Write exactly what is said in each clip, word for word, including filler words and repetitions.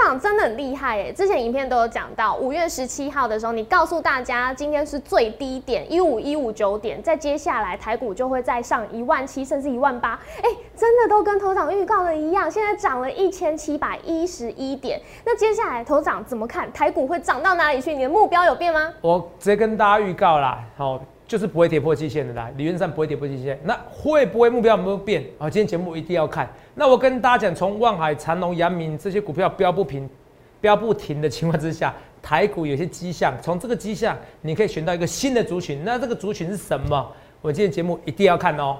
长真的很厉害耶！之前影片都有讲到，五月十七号的时候，你告诉大家今天是最低点一五一五九点，在接下来台股就会再上一万七甚至一万八，哎，真的都跟头长预告的一样，现在涨了一千七百一十一点。那接下来头长怎么看台股会涨到哪里去？你的目标有变吗？ 我直接跟大家预告啦，好。就是不会跌破季线的啦，理论上不会跌破季线。那会不会目标有没有变啊？今天节目一定要看。那我跟大家讲，从万海、长荣、阳明这些股票飙不平、飙不停的情况之下，台股有些迹象，从这个迹象你可以选到一个新的族群。那这个族群是什么？我今天节目一定要看哦。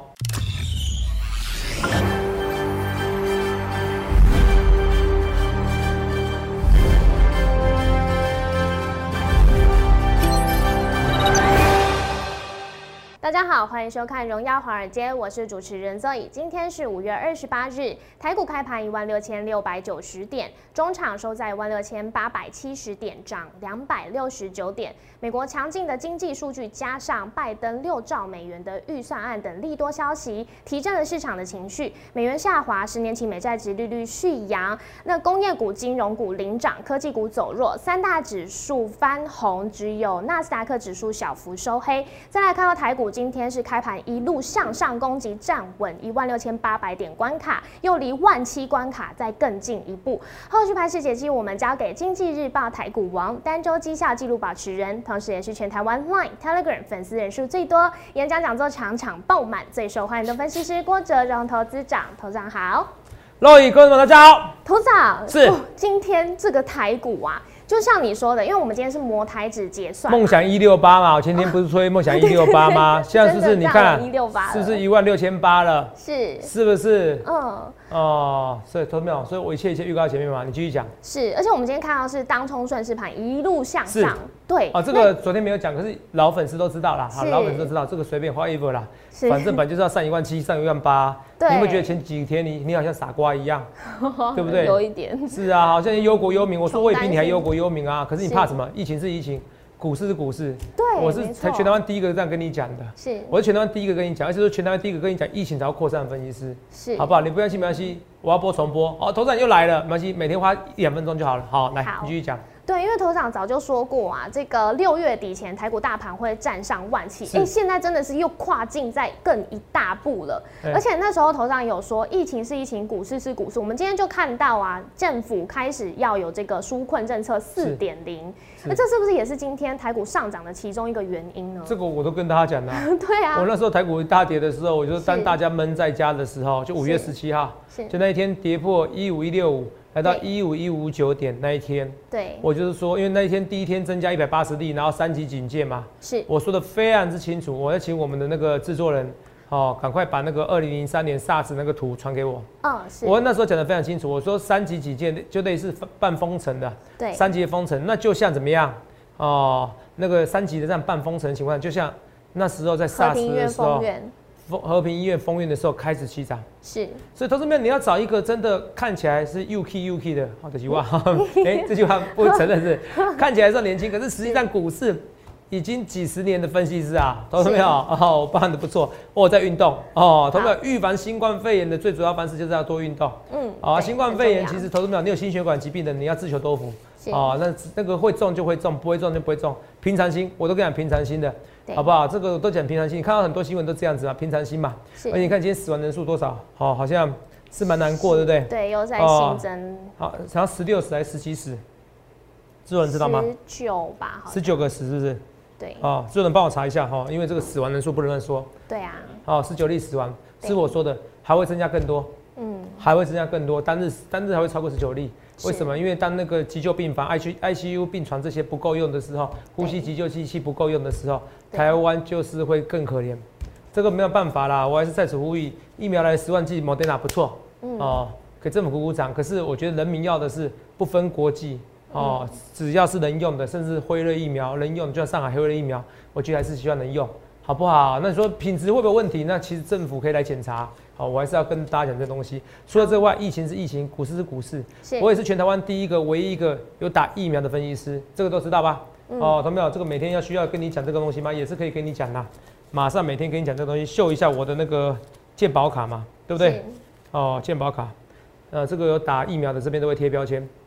大家好，欢迎收看《荣耀华尔街》，我是主持人 Zoe。今天是五月二十八日，台股开盘一万六千六百九十点，中场收在一万六千八百七十点，涨两百六十九点。美国强劲的经济数据加上拜登六兆美元的预算案等利多消息，提振了市场的情绪。美元下滑，十年期美债殖利率续扬。那工业股、金融股领涨，科技股走弱，三大指数翻红，只有纳斯达克指数小幅收黑。再来看到台股。今天是开盘一路向上攻击，站稳一万六千八百点关卡，又离万七关卡再更进一步。后续盘势解析，我们交给经济日报台股王、单周绩效纪录保持人，同时也是全台湾 Line、Telegram 粉丝人数最多、演讲讲座场场爆满、最受欢迎的分析师郭哲荣投资长。头长好， 各位观众大家好。 头长是、 哦、今天这个台股啊。就像你说的，因为我们今天是摩台指结算， 梦想一六八嘛，我前天不是吹梦想一六八吗？现在是不是你看，是不是一万六千八了？ 是， 是不是？ 嗯， 哦，所以投没有，所以我一切一切预告前面嘛，你继续讲。 是，而且我们今天看到是当冲顺势盘一路向上，对。 哦，这个昨天没有讲，可是老粉丝都知道啦，好，老粉丝都知道，这个随便花一波啦，反正本就是要上一万七，上一万八。你有没有觉得前几天你你好像傻瓜一样，对不对？ 有一点。 是啊，好像忧国忧民。我说我也比你还忧国忧民啊，可是你怕什么？疫情是疫情，股市是股市。 对， 我是全台湾第一个这样跟你讲的。是，我是全台湾第一个跟你讲，而且是全台湾第一个跟你讲疫情才要扩散的分析师。是，好不好？你不要信没关系，我要播重播。哦，头长又来了，没关系，每天花一两分钟就好了。好，来，你继续讲。 对，因为头长早就说过啊，这个六月底前台股大盘会站上万七，哎、欸，现在真的是又跨进在更一大步了。而且那时候头长有说，疫情是疫情，股市是股市。我们今天就看到啊，政府开始要有这个纾困政策四点零，那这是不是也是今天台股上涨的其中一个原因呢？ 这个我都跟大家讲了、啊。 对啊， 我那时候台股大跌的时候，我就当大家闷在家的时候，就五月十七号，就那一天跌破一五一六五。来到一五一五九点那一天，对，我就是说，因为那一天第一天增加一百八十例，然后三级警戒嘛，是我说的非常之清楚。我要请我们的那个制作人，哦，赶快把那个二零零三年 SARS 那个图传给我。哦，是。我那时候讲的非常清楚，我说三级警戒就类似半封城的，对，三级的封城，那就像怎么样？哦，那个三级的这样半封城的情况，就像那时候在 SARS 的时候。和平医院封院的时候开始起涨，是，所以投资朋友你要找一个真的看起来是 U K U K 的，好这句话，哎、欸，这句话不承认是，看起来是年轻，可是实际上股市已经几十年的分析师啊，投资朋友哦，办得不错，我在运动哦，投资朋友预防新冠肺炎的最主要方式就是要多运动，嗯，啊，新冠肺炎其实投资朋友你有心血管疾病的，你要自求多福，哦，那那个会中就会中，不会中就不会中，平常心，我都跟你讲平常心的。好不好？这个都讲平常心，你看到很多新闻都这样子啊，平常心嘛。而且你看今天死亡人数多少？好、哦，好像是蛮难过，对不对？对，又在新增。哦、好，然后十六死还是十七死？制作人知道吗？ 十九吧， 十九个死是不是？对。哦，制作人帮我查一下哈、哦，因为这个死亡人数不能乱说。对啊。哦，十九例死亡是我说的，还会增加更多。嗯。还会增加更多，单日单日还会超过十九例。为什么？因为当那个急救病房、I C U 病床这些不够用的时候，呼吸急救机器不够用的时候，台湾就是会更可怜。这个没有办法啦，我还是在此呼吁，疫苗来十万剂 Moderna 不错，嗯、哦，给政府鼓鼓掌。可是我觉得人民要的是不分国际，哦，嗯、只要是能用的，甚至辉瑞疫苗能用，就像上海辉瑞疫苗，我觉得还是希望能用，好不好？那你说品质会不会有问题？那其实政府可以来检查。好，我还是要跟大家讲这东西。除了这外，疫情是疫情，股市是股市。我也是全台湾第一个、唯一一个有打疫苗的分析师，这个都知道吧？嗯、哦，懂没有？这个每天要需要跟你讲这个东西吗？也是可以跟你讲啦。马上每天跟你讲这个东西，秀一下我的那个健保卡嘛，对不对？哦，健保卡，呃，这个有打疫苗的这边都会贴标签。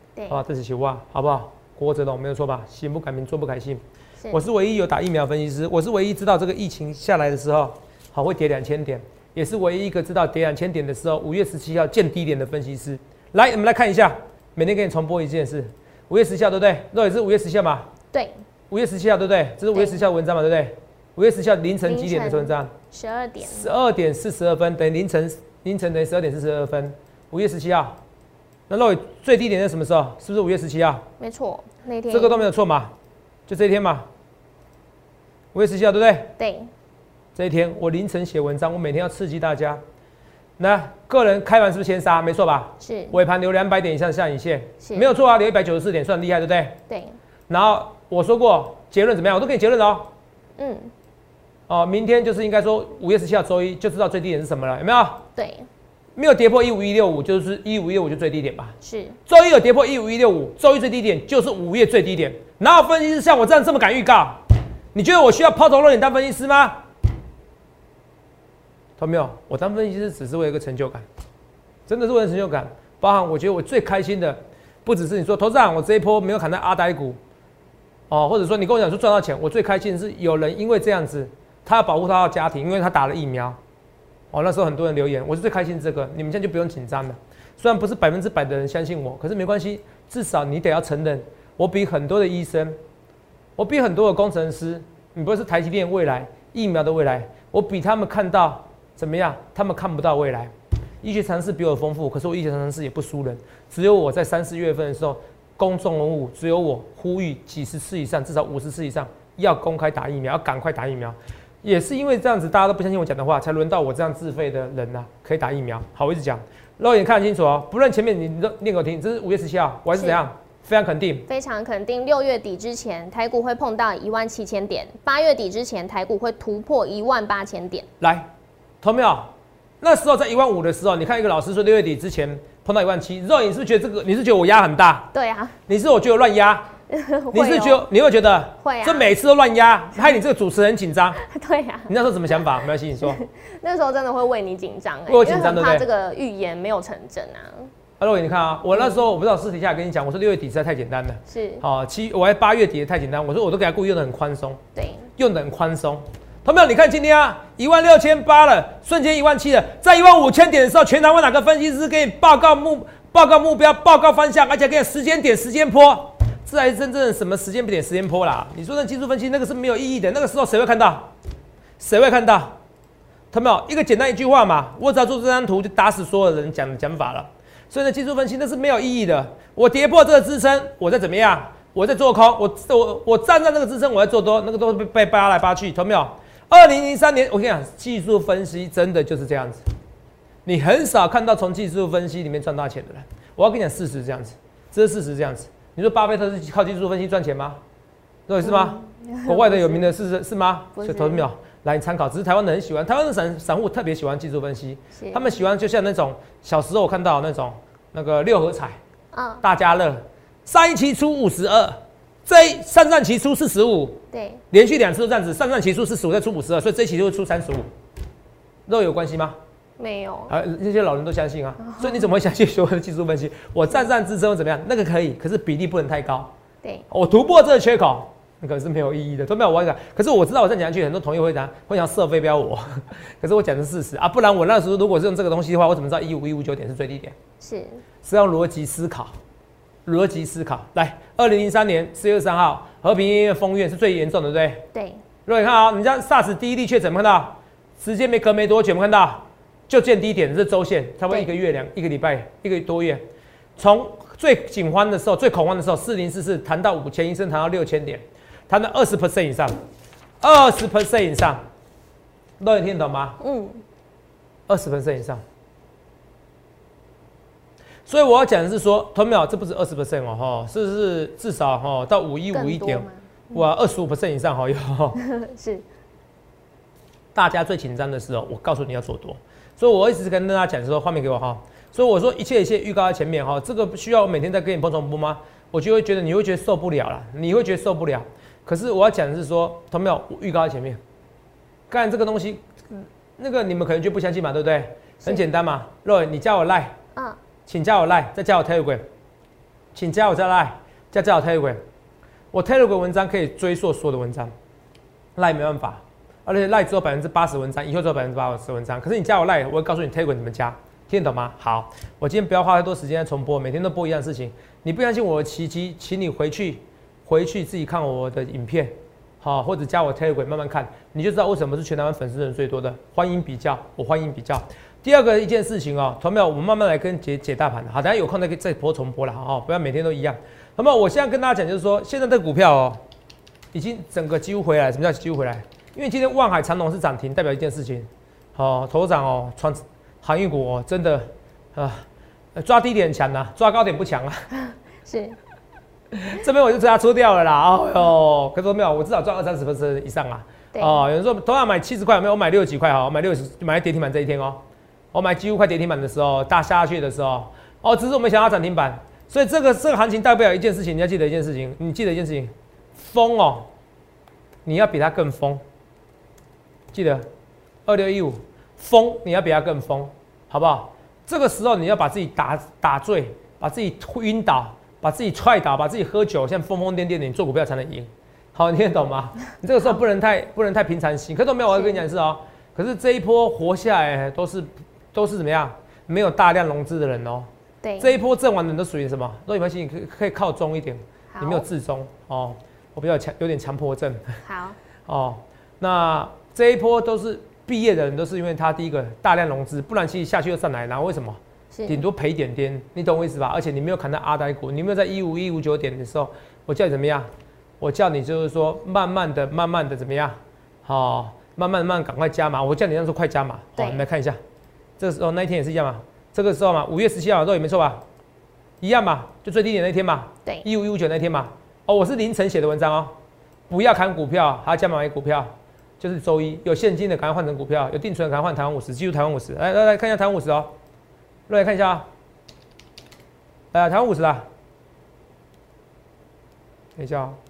对， 好吧，这是实话，好不好？郭哲龙没有错吧？心不改名，坐不改姓。我是唯一有打疫苗分析师，我是唯一知道这个疫情下来的时候，好会跌两千点，也是唯一一个知道跌两千点的时候，五月十七号见低点的分析师。来，我们来看一下，每天给你重播一件事。五月十七号对不对？肉也是五月十七号嘛？ 对。 五月十七号对不对？这是五月十七号文章嘛？对不对？五月十七号凌晨几点的文章？ 十二点。 十二点四十二分，等于凌晨凌晨等于十二点四十二分。五月十七号，那肉最低点是什么时候？是不是五月十七号？ 没错，那天。 这个都没有错嘛？就这一天嘛。五月十七号对不对？ 对。 这一天我凌晨写文章，我每天要刺激大家。那个人开完是不是先杀？没错吧？ 是。尾盘留两百点以上下影线，没有错啊，留一百九十四点算厉害，对不对？ 对。 然后我说过结论怎么样？我都给你结论了哦。 嗯。 哦，明天就是应该说五月十七号周一就知道最低点是什么了，有没有？ 对。 没有跌破一五一六五，就是一五一六五就最低点吧？ 是。 周一有跌破一五一六五，周一最低点就是五月最低点。哪有分析师像我这样这么敢预告？你觉得我需要抛头露脸当分析师吗？懂没有？我当分析师只是为了一个成就感，真的是为了成就感。包含我觉得我最开心的，不只是你说投资长我这一波没有砍在阿呆股，哦，或者说你跟我讲说赚到钱，我最开心的是有人因为这样子，他要保护他的家庭，因为他打了疫苗。哦，那时候很多人留言，我是最开心这个，你们现在就不用紧张了。虽然不是百分之百的人相信我，可是没关系，至少你得要承认，我比很多的医生，我比很多的工程师，你不是台积电未来疫苗的未来，我比他们看到。怎么样？他们看不到未来，医学常识比我丰富，可是我医学常识也不输人。只有我在三四月份的时候，公众人物只有我呼吁几十次以上，至少五十次以上，要公开打疫苗，要赶快打疫苗。也是因为这样子，大家都不相信我讲的话，才轮到我这样自费的人啊，可以打疫苗。好，我一直讲，肉眼看得清楚哦。不论前面你念给我听，这是五月十七号，我还是怎样？非常肯定， 非常肯定，六月底之前台股会碰到一万七千点，八月底之前台股会突破一万八千点。 来。同没有？那时候在一万五的时候，你看一个老师说六月底之前碰到一万七，肉你是不是觉得这个？你是觉得我压很大？ 对啊。你是我觉得乱压？你是觉得你会觉得？ 会啊。 这每次都乱压，害你这个主持人紧张。 对啊。 你那时候什么想法？没关系，你说。 那时候真的会为你紧张， 为我紧张，对不对？ 怕这个预言没有成真啊。 啊，肉你看啊，我那时候我不知道私底下跟你讲，我说六月底实在太简单了。 是。 好，七我还八月底太简单，我说我都给他故意用的很宽松。 对。 用的很宽松。同没有？你看今天啊，一万六千八了，瞬间一万七了，在一万五千点的时候，全台湾哪个分析师给你报告目报告目标、报告方向，而且给你时间点、时间波，这才是真正的什么时间点、时间波啦？你说那技术分析那个是没有意义的，那个时候谁会看到？谁会看到？同没有？一个简单一句话嘛，我只要做这张图就打死所有人讲的讲法了。所以呢，技术分析那是没有意义的。我跌破这个支撑，我再怎么样？我在做空，我我我站在那个支撑，我在做多，那个都被被扒来扒去，懂没有？二零零三年，我跟你讲，技术分析真的就是这样子，你很少看到从技术分析里面赚大钱的人。我要跟你讲事实这样子，这是事实这样子。你说巴菲特是靠技术分析赚钱吗？对，是吗？嗯、国外的有名的是是吗？所以投资没有来参考，只是台湾的人喜欢，台湾的散散户特别喜欢技术分析，他们喜欢就像那种小时候我看到那种那个六合彩，嗯、大家乐。上一期出五十二，这一上上期出四十五， 对， 连续两次都这样子，上上期出四十五，再出五十二，所以这一期就会出三十五，肉有关系吗？ 没有啊，这些老人都相信啊，所以你怎么会相信所有的技术分析？我站上支撑怎么样？那个可以，可是比例不能太高。 对， 我突破这个缺口，那可是没有意义的，都没有我讲。可是我知道我再讲下去，很多同学会讲，会想射飞镖我，可是我讲的是事实啊，不然我那时候如果是用这个东西的话，我怎么知道一五一五九点是最低点？是，是要逻辑思考。逻辑思考，来，二零零三年四月三号，和平医院封院是最严重的，对不对？ 对。 如果你看啊、喔，你像 SARS 第一例确诊，有没有看到？时间没隔没多久，有没有看到？就见低点，这是周线，差不多一个月两一个礼拜，一个多月。从最紧慌的时候、最恐慌的时候，四零四四谈到五千，医生谈到六千点，谈到二十 percent 以上，二十 percent 以上，都有听懂吗？嗯。二十 percent 以上。所以我要讲的是说，同没有，这不是二十 percent 哦，哈，是是至少哈到五一五一点，哇，二十五 percent 以上哈有。是。大家最紧张的时候，我告诉你要做多，所以我一直跟大家讲说，画面给我哈。所以我说一切一切预告在前面哈，这个需要我每天再跟你播重播吗？我就会觉得你会觉得受不了了，你会觉得受不了。可是我要讲的是说，同没有，预告在前面。刚才这个东西，那个你们可能就不相信嘛，对不对？很简单嘛，若你加我 Line。嗯。请加我 Line， 再加我 Telegram， 请加我再来，加加我 Telegram， 我 Telegram 文章可以追溯所有的文章，赖没办法，而且赖只有百分之八十文章，以后只有百分之八十文章。可是你加我赖，我会告诉你 Telegram 怎么加，听得懂吗？好，我今天不要花太多时间来重播，每天都播一样的事情。你不相信我的奇迹，请你回去回去自己看我的影片，好，或者加我 Telegram 慢慢看，你就知道为什么是全台湾粉丝人最多的。欢迎比较，我欢迎比较。第二个一件事情哦，同学们，我们慢慢来跟解解大盘。好，等下有空再再播重播了，好，不要每天都一样。那么我现在跟大家讲，就是说，现在这个股票哦，已经整个几乎回来。什么叫几乎回来？因为今天万海长荣是涨停，代表一件事情，哦，头涨哦，传航运股哦，真的啊，抓低点强啊，抓高点不强啊。 是。 这边我就直接出掉了啦，哦哟，可是没有，我至少赚二三十分以上啊。哦，有人说同样买七十块，有没有？我买六十几块哈，我买六十，买跌停板这一天哦。我买几乎快跌停板的时候，大下去的时候，哦，只是我没想到涨停板，所以这个这个行情代表一件事情，你要记得一件事情，你记得一件事情，疯哦，你要比它更疯，记得二六一五疯，你要比它更疯，好不好？这个时候你要把自己打打醉，把自己晕倒。把自己踹倒，把自己喝酒，像疯疯癫癫的，你做股票才能赢。好，你听得懂吗？你这个时候不能太不能太平常心。可是没有，我要跟你讲的是哦，可是这一波活下来都是都是怎么样？没有大量融资的人哦。 对。 这一波挣完的人都属于什么？都有关系，你可以可以靠中一点，你没有自中哦。我比较强，有点强迫症。 好。 哦，那这一波都是毕业的人，都是因为他第一个大量融资，不然其实下去又上来，然后为什么？顶多赔一点点，你懂我意思吧？而且你没有砍到阿呆股，你没有在一五一五九点的时候，我叫你怎么样？我叫你就是说，慢慢的、慢慢的怎么样？好、哦，慢慢慢赶快加码。我叫你那时候快加码。好，你来看一下，这个时候那一天也是一样嘛。这个时候嘛，五月十七号都也没错吧？一样嘛，就最低点那天嘛。 对。 一五一五九那天嘛。哦，我是凌晨写的文章哦。不要砍股票，还要加码买股票，就是周一有现金的赶快换成股票，有定存的赶快换台湾五十，记住台湾五十。来来来看一下台湾五十哦。来看一下啊，来台湾五十啦，等一下啊，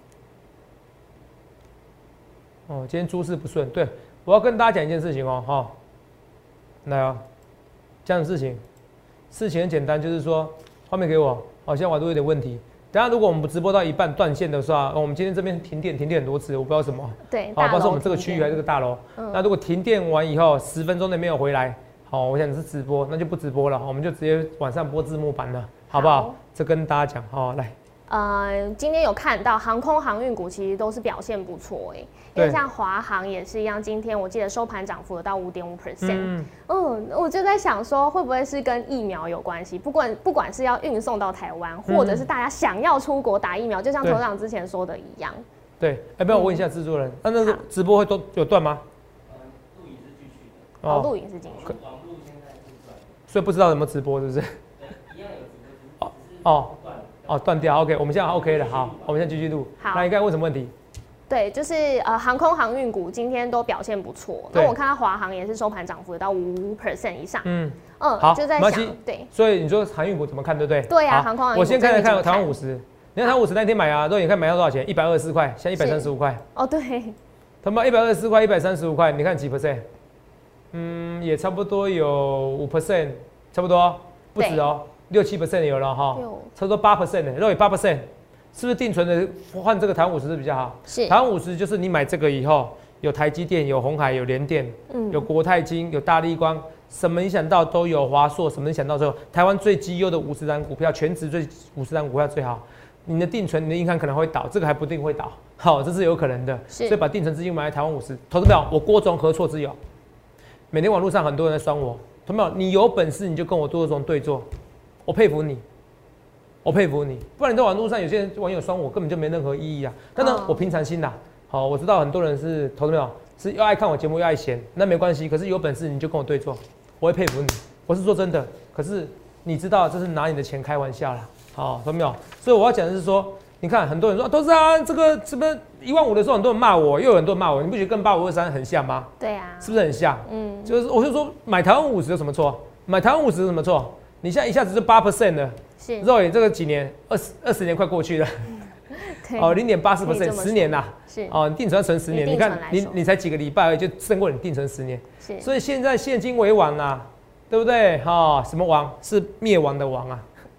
哦，今天诸事不顺，对，我要跟大家讲一件事情哦，哈，来啊，这样的事情，事情很简单，就是说，画面给我，好像网络有点问题。等下如果我们直播到一半断线的时候啊，我们今天这边停电，停电很多次，我不知道什么， 对， 好，不知道是我们这个区域还是这个大楼。嗯、那如果停电完以后，十分钟内没有回来。好，我想是直播，那就不直播了，我们就直接晚上播字幕版了，好不好？好，这跟大家讲，好，来。 呃，今天有看到航空航运股其实都是表现不错哎，因为像华航也是一样，今天我记得收盘涨幅有到五点五 percent，嗯，我就在想说会不会是跟疫苗有关系？不管不管是要运送到台湾，或者是大家想要出国打疫苗，就像头长之前说的一样。对， 哎、欸，不要我问一下制作人，那、嗯、那个直播会都有断吗？ 录影是继续的，哦，录影是继续。 所以不知道有没有直播，是不是？一样有直播，哦哦断掉。OK， 我们现在 OK 了，好，我们现在继续录。好，那你刚才问什么问题？ 对，就是呃航空航运股今天都表现不错。那我看到华航也是收盘涨幅有到五 percent 以上。嗯嗯，好，就在想对。 所以你说航运股怎么看，对不对？ 对啊，航空航运股。 我先看来看台湾五十，你看台湾五十那天买啊，肉眼看买到多少钱？一百二十四块，现在一百三十五块。 哦，对。 他妈一百二十四块，一百三十五块，你看几 percent？嗯，也差不多有五 percent， 差不多不止哦，六七 percent 有了哈，差不多八 percent 的，如果有八 percent， 是不是定存的换这个台湾五十是比较好？是，台湾五十就是你买这个以后，有台积电，有鸿海，有联电，嗯，有国泰金，有大立光，什么影响到都有华硕，什么影响到之后，台湾最绩优的五十档股票，全值最五十档股票最好。你的定存，你的银行可能会倒，这个还不定会倒，好，这是有可能的，所以把定存资金买在台湾五十，投资没有？我郭总何错之有？每天网络上很多人在酸我，同没有？你有本事你就跟我多种对坐，我佩服你，我佩服你。不然你在网络上有些人网友酸我，根本就没任何意义啊。但呢，我平常心啦，好，我知道很多人是投资没有，是又爱看我节目又爱闲，那没关系。可是有本事你就跟我对坐，我会佩服你。我是说真的，可是你知道这是拿你的钱开玩笑啦，好，懂没有？所以我要讲的是说。你看，很多人说都是啊，这个什么一万五的时候，很多人骂我，又有很多人骂我，你不觉得跟八五二三很像吗？ 对啊， 是不是很像？嗯，就是我就说买台湾五十有什么错？买台湾五十有什么错？你现在一下子就八 percent 了，是肉眼这个几年，二十二十年快过去了，哦，零点八四 percent， 十年呐，是哦，你定存要存十年，你看你你才几个礼拜而已就胜过你定存十年，是，所以现在现金为王啊，对不对？哈、哦，什么王？是灭亡的王啊。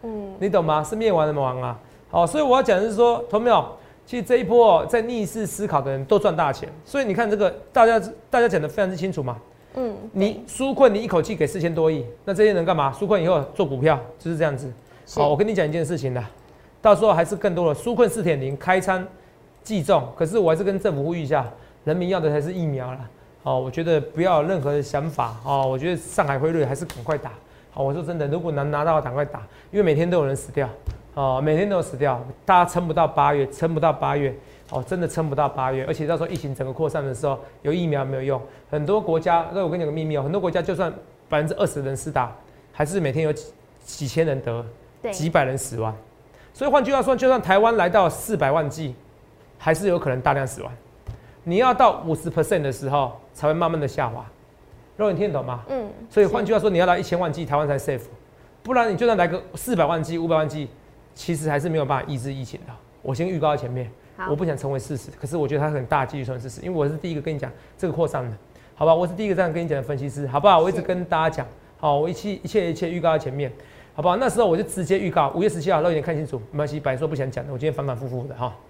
嗯，你懂吗？是灭亡的亡啊。好，所以我要讲的是说，同没有？其实这一波在逆势思考的人都赚大钱。所以你看这个，大家大家讲的非常之清楚嘛。嗯，你纾困，你一口气给四千多亿，那这些人干嘛？纾困以后做股票，就是这样子。好，我跟你讲一件事情啦，到时候还是更多的纾困 四点零 开仓计中，可是我还是跟政府呼吁一下，人民要的才是疫苗啦。好，我觉得不要有任何的想法哦。我觉得上海辉瑞还是赶快打。好，我说真的，如果能拿到赶快打，因为每天都有人死掉，哦，每天都有死掉，大家撑不到八月，撑不到八月，哦，真的撑不到八月，而且到时候疫情整个扩散的时候，有疫苗没有用，很多国家，那我跟你讲个秘密哦，很多国家就算百分之二十人施打，还是每天有几几千人得，几百人死亡，所以换句话说，就算台湾来到四百万剂，还是有可能大量死亡，你要到五十 percent 的时候，才会慢慢的下滑。肉眼听得懂吗？嗯，所以换句话说，你要来一千万剂，台湾才 safe， 不然你就算来个四百万剂、五百万剂，其实还是没有办法抑制疫情的。我先预告在前面，我不想成为事实，可是我觉得它很大几率成为事实，因为我是第一个跟你讲这个扩散的，好吧？我是第一个这样跟你讲的分析师，好不好？我一直跟大家讲，好，我一切一切一切预告在前面，好不好？那时候我就直接预告，五月十七号，肉眼看清楚，没关系，本来说不想讲的，我今天反反复复的哈。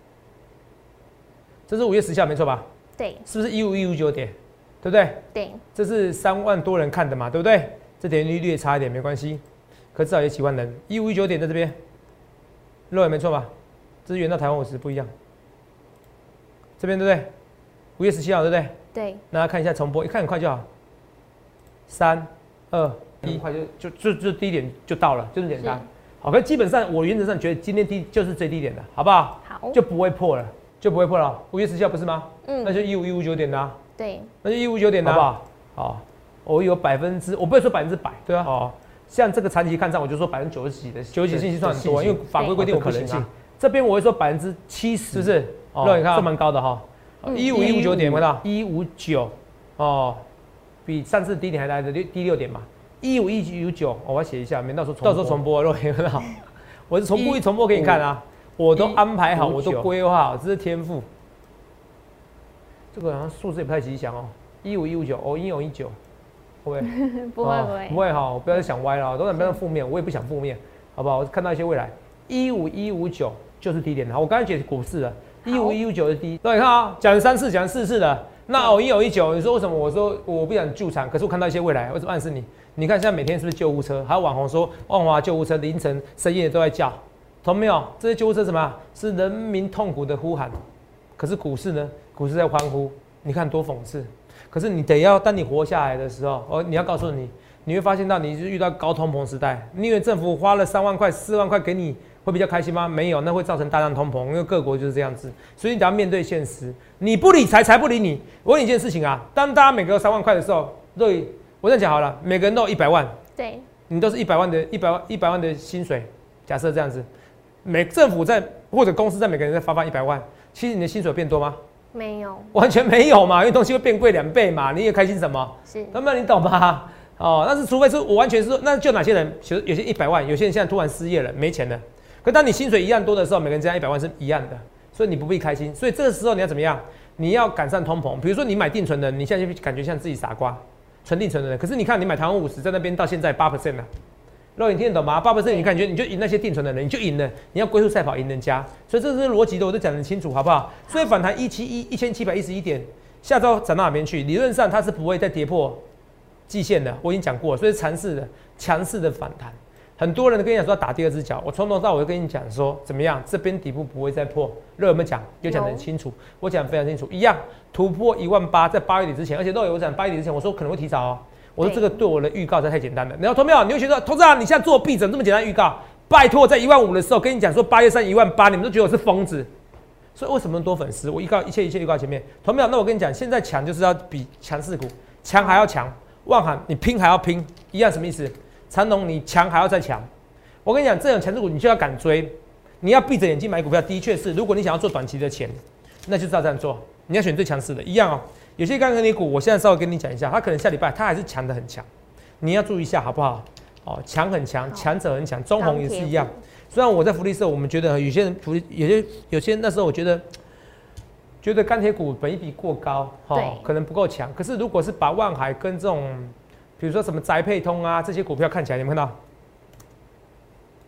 这是五月十七号，没错吧？ 对， 是不是一五一五九点？对不对？ 对， 这是三万多人看的嘛，对不对？这点率略差一点没关系，可至少有几万人。一五一九点在这边，肉眼没错吧？这是原到台湾五十不一样，这边对不对？五月十七号对不对？ 对。 大家看一下重播，一看很快就好。三、二、一，快就就就就低点就到了，就这么简单。好，可是基本上我原则上觉得今天低就是最低点的，好不好？ 好， 就不会破了，就不会破了。五月十七号不是吗？嗯，那就一五一五九点的啊。 对， 那就一五九点的，好不好？好，我有百分之，我不会说百分之百，对啊。哦，像这个长期看涨，我就说百分之九十几的，九十几信息算很多，因为法规规定有可能性。这边我会说百分之七十，是不是？哦，你看，这蛮高的哈。一五一五九点，看到一五九，哦，比上次低点还来的低六点嘛。一五一五九，我要写一下，免到时候到时候重播，肉眼看到，我是从故意重播给你看啊，我都安排好，我都规划好，这是天赋。这个好像数字也不太吉祥哦，一五一五九，哦，一五一九，会不会？ 不会不会， 不会哈，不要再想歪了，都不要负面，我也不想负面，好不好？我看到一些未来，一五一五九就是低点了。我刚才解股市了，一五一五九是低，那你看啊，讲了三次，讲了四次了，那哦一五一九，你说为什么？我说我不想救场，可是我看到一些未来，为什么暗示你？你看现在每天是不是救护车？还有网红说万华救护车凌晨深夜都在叫，懂没有？这些救护车什么？是人民痛苦的呼喊，可是股市呢？股市在欢呼，你看多讽刺。可是你得要，当你活下来的时候，哦，你要告诉你，你会发现到你是遇到高通膨时代。你以为政府花了三万块、四万块给你，会比较开心吗？没有，那会造成大量通膨，因为各国就是这样子。所以你得要面对现实，你不理财，财不理你。我问你一件事情啊，当大家每个都三万块的时候，对，我这样讲好了，每个人都有一百万， 对， 你都是一百万的一百万一百万的薪水，假设这样子，每政府在或者公司在每个人在发放一百万，其实你的薪水变多吗？ 没有， 完全没有嘛，因为东西会变贵两倍嘛，你也开心什么？是，那么你懂吗？哦，但是除非是我完全是，那就哪些人，其实有些一百万，有些人现在突然失业了，没钱了。可当你薪水一样多的时候，每个人加一百万是一样的，所以你不必开心。所以这个时候你要怎么样？你要赶上通膨。比如说你买定存的，你现在就感觉像自己傻瓜，存定存的人。可是你看你买台湾五十，在那边到现在八 percent 了。肉眼听得懂吗？八 percent 你感觉你就赢那些定存的人，你就赢了。你要龟速赛跑赢人家，所以这是逻辑的，我都讲得很清楚，好不好？所以反弹一七一一千七百一十一点，下周涨到哪边去？理论上它是不会再跌破季线的，我已经讲过了，所以强势的强势的反弹。很多人跟你讲说要打第二只脚，我从头到尾跟你讲说怎么样，这边底部不会再破。肉有没有讲？有讲得很清楚，我讲得非常清楚，一样突破一万八，在八月底之前，而且肉有我讲八月底之前，我说可能会提早哦。我说这个对我的预告实在太简单了。然后投没有？你会觉得投资啊，你现在做币怎么这么简单预告？拜托，在一万五的时候跟你讲说八月三一万八，你们都觉得我是疯子。所以为什么多粉丝？我预告一切一切预告前面投没有？那我跟你讲，现在强就是要比强势股，强还要强。万海你拼还要拼，一样什么意思？长荣你强还要再强。我跟你讲，这种强势股你就要敢追，你要闭着眼睛买股票。的确是，如果你想要做短期的钱，那就是要这样做。你要选最强势的，一样哦。有些钢铁股，我现在稍微跟你讲一下，它可能下礼拜它还是强的很强，你要注意一下好不好？哦，强很强，强者很强，中鸿也是一样。虽然我在福利社，我们觉得有些人福利，有些有些那时候我觉得觉得钢铁股本益比过高，哦，可能不够强。可是如果是把万海跟这种，比如说什么宅配通啊这些股票看起来，有没有看到？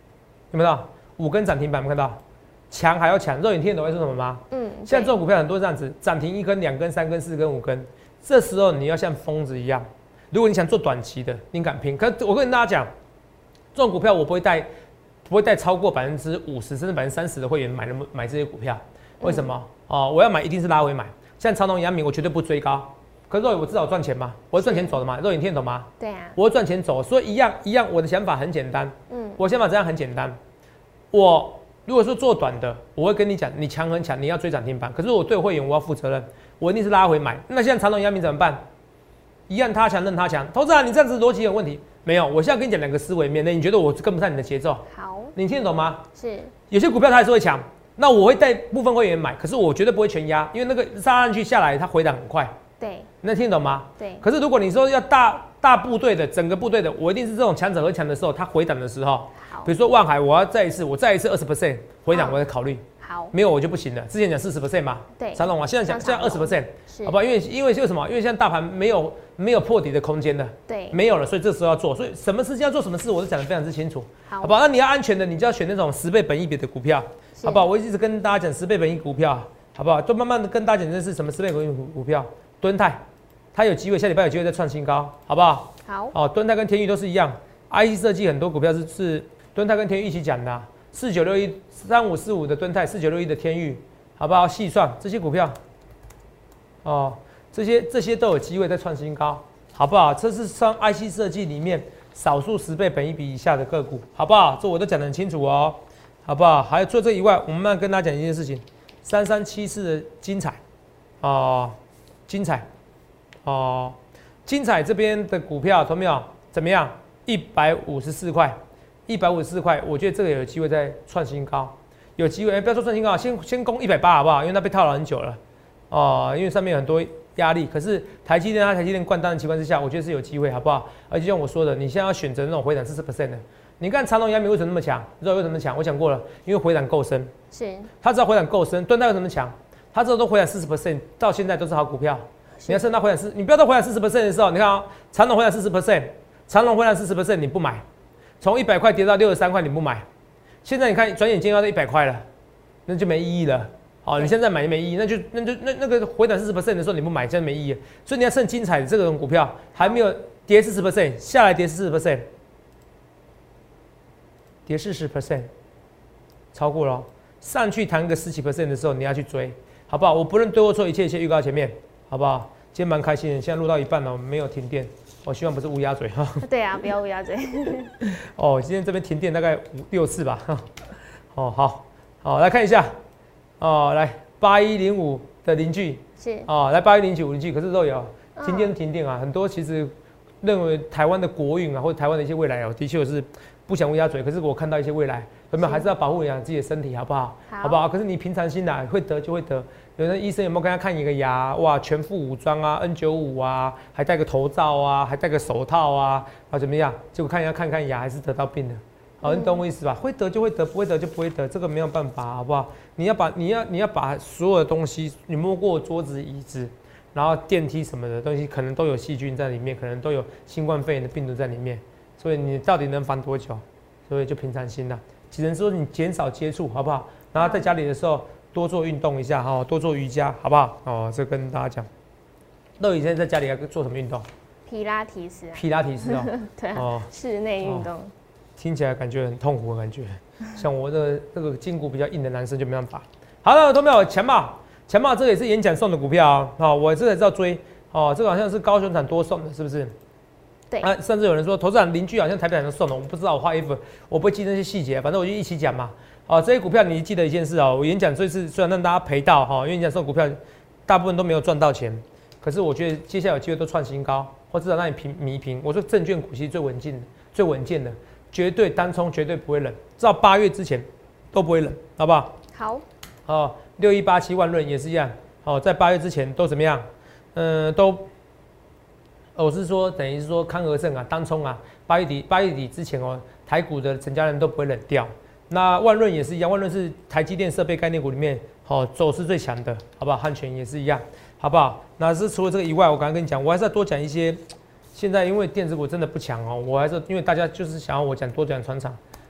有没有看到？五根涨停板，有没有看到？强还要强，肉眼听懂会说什么吗？嗯，现在这种股票很多这样子，涨停一根、两根、三根、四根、五根，这时候你要像疯子一样。如果你想做短期的，你敢拼？可是我跟大家讲，这种股票我不会带，不会带超过百分之五十甚至百分之三十的会员买那么买这些股票。为什么？嗯、哦，我要买一定是拉回买，像长荣、阳明，我绝对不追高。可是肉眼我至少赚钱嘛，我是赚钱走的嘛，肉眼听得懂吗？ 对啊， 我会赚钱走，所以一样一样，我的想法很简单。嗯，我想法这样很简单。我如果说做短的，我会跟你讲，你强很强，你要追涨停板。可是我对会员我要负责任，我一定是拉回买。那现在长荣、阳明怎么办？一样他强任他强，投资人你这样子逻辑有问题没有？我现在跟你讲两个思维面，那你觉得我跟不上你的节奏？ 好， 你听得懂吗？ 是， 有些股票它还是会强，那我会带部分会员买，可是我绝对不会全压，因为那个杀上去下来它回档很快。 对， 那听得懂吗？ 对。 可是如果你说要大大部队的，整个部队的，我一定是这种强者和强的时候，它回档的时候，比如说万海，我要再一次，我再一次二十 percent 回档，我再考虑。 好， 没有我就不行了。之前讲四十 percent 嘛， 对， 长荣啊，现在讲现在二十 percent， 好不好？因为因为为什么？因为现在大盘没有没有破底的空间了， 对， 没有了，所以这时候要做。所以什么事情要做什么事，我都讲得非常之清楚，好不好？那你要安全的，你就要选那种十倍本益比的股票，好不好？我一直跟大家讲十倍本益股票，好不好？就慢慢的跟大家讲这是什么十倍本益股票，敦泰，它有机会下礼拜有机会再创新高，好不好？ 好， 哦，敦泰跟天钰都是一样 ，I C 设计很多股票是是敦泰跟天钰一起讲的、啊。四九六一、三五四五的敦泰，四九六一的天钰，好不好？细算这些股票，哦，这些这些都有机会再创新高，好不好？这是上 I C 设计里面少数十倍本益比以下的个股，好不好？这我都讲得很清楚哦，好不好？还有除了这以外，我们慢慢跟大家讲一件事情：三三七四的精彩，哦，精彩，哦，精彩这边的股票，懂没有？怎么样？一百五十四块。一百五十四块，我觉得这个有机会再创新高，有机会，哎、欸，不要说创新高，先先攻一百八好不好？因为它被套了很久了，哦、呃，因为上面有很多压力。可是台积电它台积电灌单的情况之下，我觉得是有机会，好不好？而且像我说的，你现在要选择那种回档四十 percent 的，你看长荣、阳明为什么那么强？知道为什么强？我讲过了，因为回档够深， 是， 它知道回档够深，敦泰为什么强？它知道都回档四十 percent， 到现在都是好股票。你要趁它回档四，你不要到回档四十 percent 的时候，你看啊、喔，长荣回档四十 percent， 长荣回档四十 percent， 你不买。从一百块跌到六十三块，你不买，现在你看转眼间要到一百块了，那就没意义了。好、哦，你现在买就没意义，那就那就那那个回档四十 percent 的时候你不买，真的没意义。所以你要趁精彩的这种股票还没有跌四十 percent， 下来跌四十 percent， 跌四十 percent， 超过了、哦，上去弹个十几 percent 的时候你要去追，好不好？我不论对或错，一切一切预告前面，好不好？今天蛮开心的，现在录到一半了，没有停电。我希望不是乌鸦嘴哈。 对啊，不要乌鸦嘴。 哦，今天这边停电大概五六次吧。哦，好，好来看一下。哦，来八一零五的邻居是。 哦，来八一零九邻居，可是都有停电停电啊，很多其实认为台湾的国运啊，或者台湾的一些未来哦，的确是不想乌鸦嘴，可是我看到一些未来，有没有还是要保护养自己的身体，好不好？好, 好不好？可是你平常心啦，会得就会得。有的医生有没有跟他看一个牙？哇，全副武装啊 ，N 九十五 啊，还戴个头罩啊，还戴个手套啊，啊怎么样？结果看一下看看牙，还是得到病了。好，你懂我意思吧？会得就会得，不会得就不会得，这个没有办法，好不好？你要把你要你要把所有的东西，你摸过桌子、椅子，然后电梯什么的东西，可能都有细菌在里面，可能都有新冠肺炎的病毒在里面，所以你到底能防多久？所以就平常心啦，只能说你减少接触，好不好？然后在家里的时候。多做运动一下哈，多做瑜伽，好不好？哦，这跟大家讲。那以前在家里要做什么运动？ 皮拉提斯、啊。 皮拉提斯哦。 对啊。哦，室内运动、哦。 听起来感觉很痛苦的感觉，像我这这个筋骨比较硬的男生就没办法。好了，都没有强茂，强茂这个也是演讲送的股票啊、哦，我这个知道追哦，这个好像是高雄产多送的，是不是？ 对。 啊，甚至有人说投资人邻居好像台北人都送的，我不知道，我画一幅，我不会记那些细节，反正我就一起讲嘛。哦，这些股票你记得一件事哦，我演讲这次虽然让大家赔到哈，因为演讲送股票大部分都没有赚到钱，可是我觉得接下来有机会都创新高，或至少让你平弥平。我说证券股息最稳健的、最稳健的，绝对单冲绝对不会冷，至少八月之前都不会冷，好不好？ 好。 哦，六一八七万润也是一样，哦，在八月之前都怎么样？嗯，都，我是说等于是说康和盛啊、单冲啊，八月底八月底之前哦，台股的成交量都不会冷掉。那万润也是一样，万润是台积电设备概念股里面好、哦、走势最强的，好不好？汉泉也是一样，好不好？那是除了这个以外，我刚刚跟你讲，我还是要多讲一些。现在因为电子股真的不强哦，我还是因为大家就是想要我讲多讲船厂，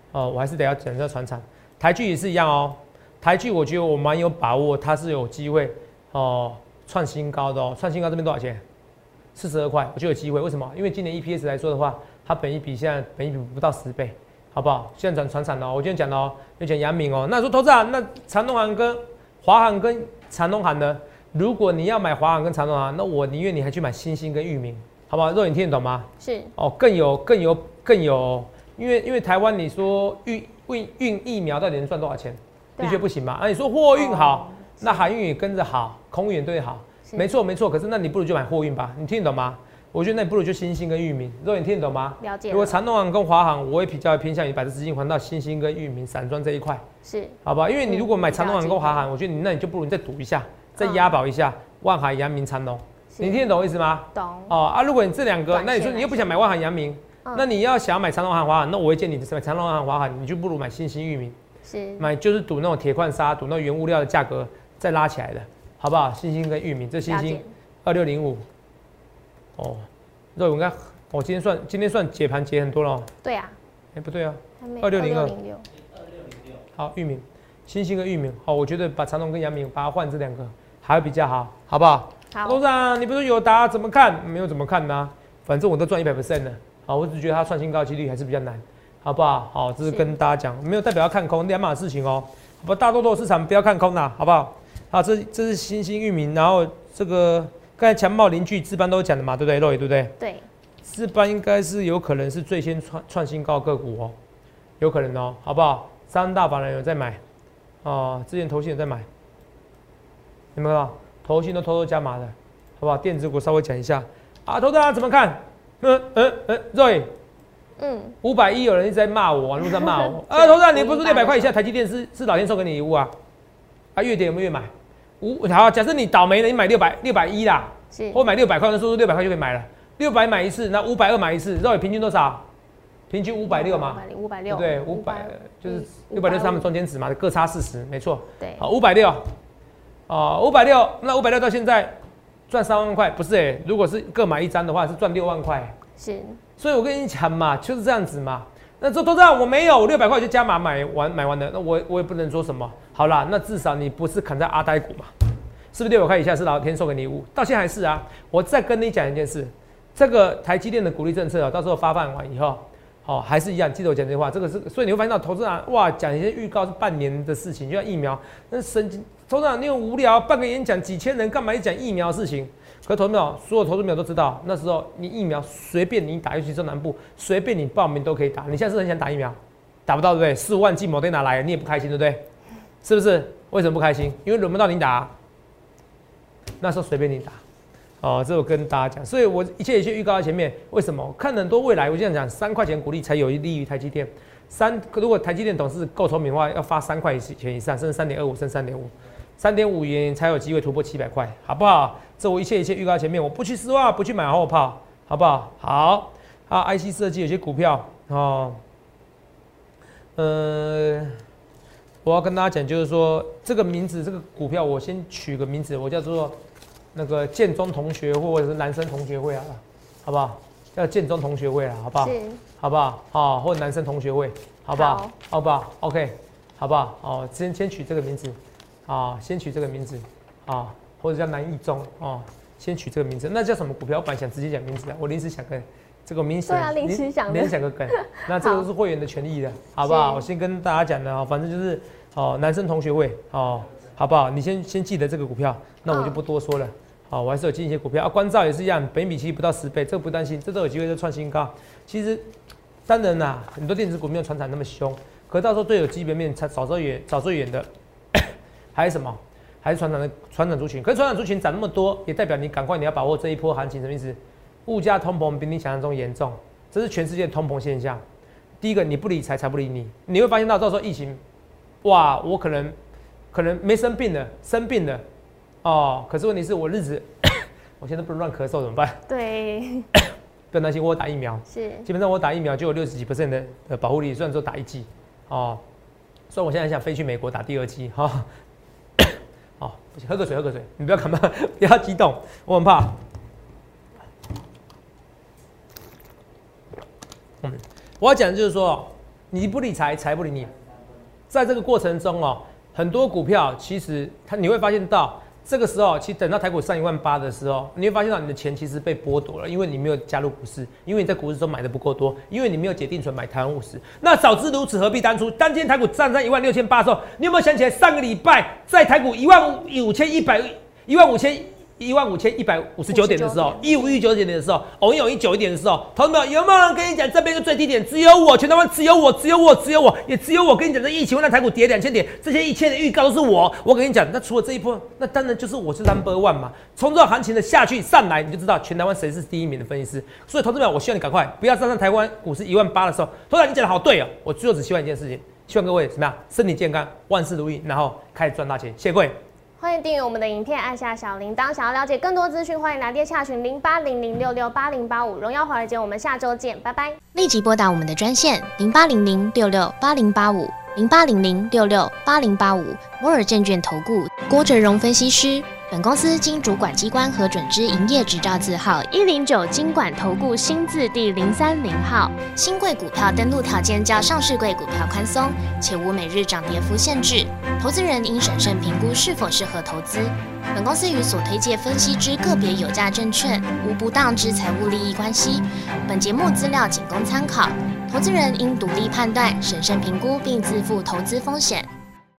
哦，我还是得要讲这传产。台剧也是一样哦，台剧我觉得我蛮有把握，它是有机会哦创新高的哦，创新高这边多少钱？四十二块，我就有机会。为什么？因为今年 E P S 来说的话，它本益比现在本益比不到十倍，好不好？现在转传产哦，我今天讲的哦，又讲阳明哦。那说投资啊，那长荣航跟华航跟长荣航呢？如果你要买华航跟长荣航，那我宁愿你还去买新兴跟裕民，好不好？肉眼听得懂吗？ 是哦，更有更有更有，因为因为台湾你说运运运疫苗到底能赚多少钱？的确不行嘛。啊，你说货运好，哦、那海运也跟着好，空运也对好。没错没错，可是那你不如就买货运吧，你听得懂吗？我觉得那你不如就新兴跟裕民，肉眼听得懂吗？ 了解。 如果长荣航跟华航，我也比较偏向于把这资金还到新兴跟裕民散装这一块， 是， 好吧？因为你如果买长荣航跟华航，我觉得你那你就不如你再赌一下，再押宝一下、嗯、万海、阳明、长荣，你听得懂我意思吗？ 懂。 哦啊，如果你这两个，那你说你又不想买万海、阳明，嗯、那你要想要买长荣航、华航，那我会建议你买长荣航、华航，你就不如买新兴、裕民， 是， 买就是赌那种铁矿砂，赌那原物料的价格再拉起来的，好不好？新兴跟裕民，这新兴。二六零五，哦，肉我应该，我今天算今天算解盘解很多了、哦。 对啊。 哎、欸，不对啊，二六零二，好，裕民，新兴跟裕民，好，我觉得把长荣跟阳明把它换这两个还会比较好，好不好？ 好。 董事长，你不是有答怎么看？没有怎么看呢、啊？反正我都赚一百 percent 了，好，我只觉得它创新高几率还是比较难，好不好？好，这是跟大家讲，没有代表要看空两码事情哦，不，大多数市场不要看空啦，好不好？好，这这是新兴裕民，然后这个。刚才强茂邻居智邦都讲的嘛，对不对？肉眼对不对？ 对， 智邦应该是有可能是最先创创新高个股哦，有可能哦，好不好？三大法人有在买，哦、呃，之前投信有在买，有没有看到？投信都偷偷加码的，好不好？电子股稍微讲一下啊，投资人怎么看？嗯嗯嗯，肉眼，嗯，五百一有人一直在骂我，网络上骂我，啊，投资人你不是六百块以下台积电是是老天送给你礼物啊？啊，月跌有没有月买？五好，假设你倒霉了，你买六百六百一啦，或买六百块，那说出六百块就可以买了。六百买一次，那五百二买一次，肉眼平均多少？平均五百六嘛， 五百六， 对，五百就是六百六是他们中间值嘛，各差四十，没错。 对， 好，五百六，啊，五百六，那五百六到现在赚三万块，不是哎、欸，如果是各买一张的话，是赚六万块。 是， 所以我跟你讲嘛，就是这样子嘛。那这都知道我没有，我六百块就加码买完买完的，那我我也不能说什么。好啦，那至少你不是砍在阿呆股嘛，是不是六百块以下是老天送给你礼物？到现在还是啊。我再跟你讲一件事，这个台积电的鼓励政策啊，到时候发放完以后，好、哦、还是一样，记得我讲这句话。这个是，所以你会发现到投资人哇讲一些预告是半年的事情，就像疫苗，那神经投资人你很无聊，办个演讲几千人干嘛去讲疫苗的事情？可是投资苗，所有投资苗都知道，那时候你疫苗随便你打，尤其中南部随便你报名都可以打。你现在是很想打疫苗，打不到对不对？四五万剂某天拿来，你也不开心对不对？是不是？为什么不开心？因为轮不到你打，那时候随便你打。哦，这我跟大家讲，所以我一切一切预告在前面。为什么？我看很多未来，我这样讲，三块钱股利才有利于台积电。三，如果台积电董事够聪明的话，要发三块钱以上，甚至三点二五，甚至三点五。三点五元才有机会突破七百块，好不好？这我一切一切预告前面，我不去失望，不去买后炮，好不好？好，啊 ，I C 设计有些股票哦，呃，我要跟大家讲，就是说这个名字，这个股票我先取个名字，我叫做那个建中同学会或者是男生同学会啊，好不好？叫建中同学会啊，好不好？好不好？好，或者男生同学会，好不好？好, 好不好 ？OK， 好不好？哦，先先取这个名字。啊，先取这个名字啊，或者叫南一中哦，先取这个名字。那叫什么股票？我本来想直接讲名字的，我临时想个这个名字， 对啊，临时想， 临时想个梗。那这个是会员的权益的，好不好？我先跟大家讲的哦，反正就是哦，男生同学会哦，好不好？你先先记得这个股票，那我就不多说了。好，我还是有进一些股票啊，关照也是一样，本益比其实不到十倍，这个不担心，这都有机会再创新高。其实当然啦，很多电子股没有传产那么凶，可到时候最有基本面，早最远早最远的。还是什么？还是传统的传统族群？可是传统族群涨那么多，也代表你赶快你要把握这一波行情，什么意思？物价通膨比你想象中严重，这是全世界通膨现象。第一个，你不理财，财不理你，你会发现到到时候疫情，哇，我可能可能没生病了，生病了，哦，可是问题是我日子，我现在不能乱咳嗽怎么办？ 对， 不要担心，我打疫苗， 是基本上我打疫苗就有六十几 percent 的的保护力，虽然说打一剂，哦，所以我现在想飞去美国打第二剂，哈、哦。哦，不行，喝个水，喝个水，你不要干嘛，不要激动，我很怕。嗯，我要讲的就是说， 你不理财，财不理你。在这个过程中哦，很多股票其实它你会发现到。这个时候，其实等到台股上一万八的时候，你会发现到你的钱其实被剥夺了，因为你没有加入股市，因为你在股市中买的不够多，因为你没有解定存买台湾五十。那早知如此，何必当初？当今天台股站在一万六千八的时候，你有没有想起来上个礼拜在台股一万五千一百一万五千？一万五千一百五十九点的时候，一五一九点的时候，偶一偶一九一点的时候，同志们有没有人跟你讲这边是最低点？只有我，全台湾只有我，只有我，只有我，也只有我跟你讲，这疫情会让台股跌两千点，这些一切的预告都是我。我跟你讲，那除了这一波，那当然就是我是 number one 嘛。从这种行情的下去上来，你就知道全台湾谁是第一名的分析师。所以，同志们，我希望你赶快不要站上台湾股市一万八的时候，突然你讲的好对哦，我最后只希望一件事情，希望各位怎么样，身体健康，万事如意，然后开始赚大钱。谢谢各位。 欢迎订阅我们的影片，按下小铃铛。想要了解更多资讯，欢迎来电洽询零八零零六六八零八五。荣耀华尔街，我们下周见，拜拜。 立即拨打我们的专线零八零零六六八零八五零八零零六六八零八五。摩尔证券投顾郭哲荣分析师。本公司经主管机关核准之营业执照字号一零九金管投顾新字第零三零号。新贵股票登录条件较上市贵股票宽松，且无每日涨跌幅限制。投资人应审慎评估是否适合投资。本公司与所推介分析之个别有价证券无不当之财务利益关系。本节目资料仅供参考，投资人应独立判断、审慎评估并自负投资风险。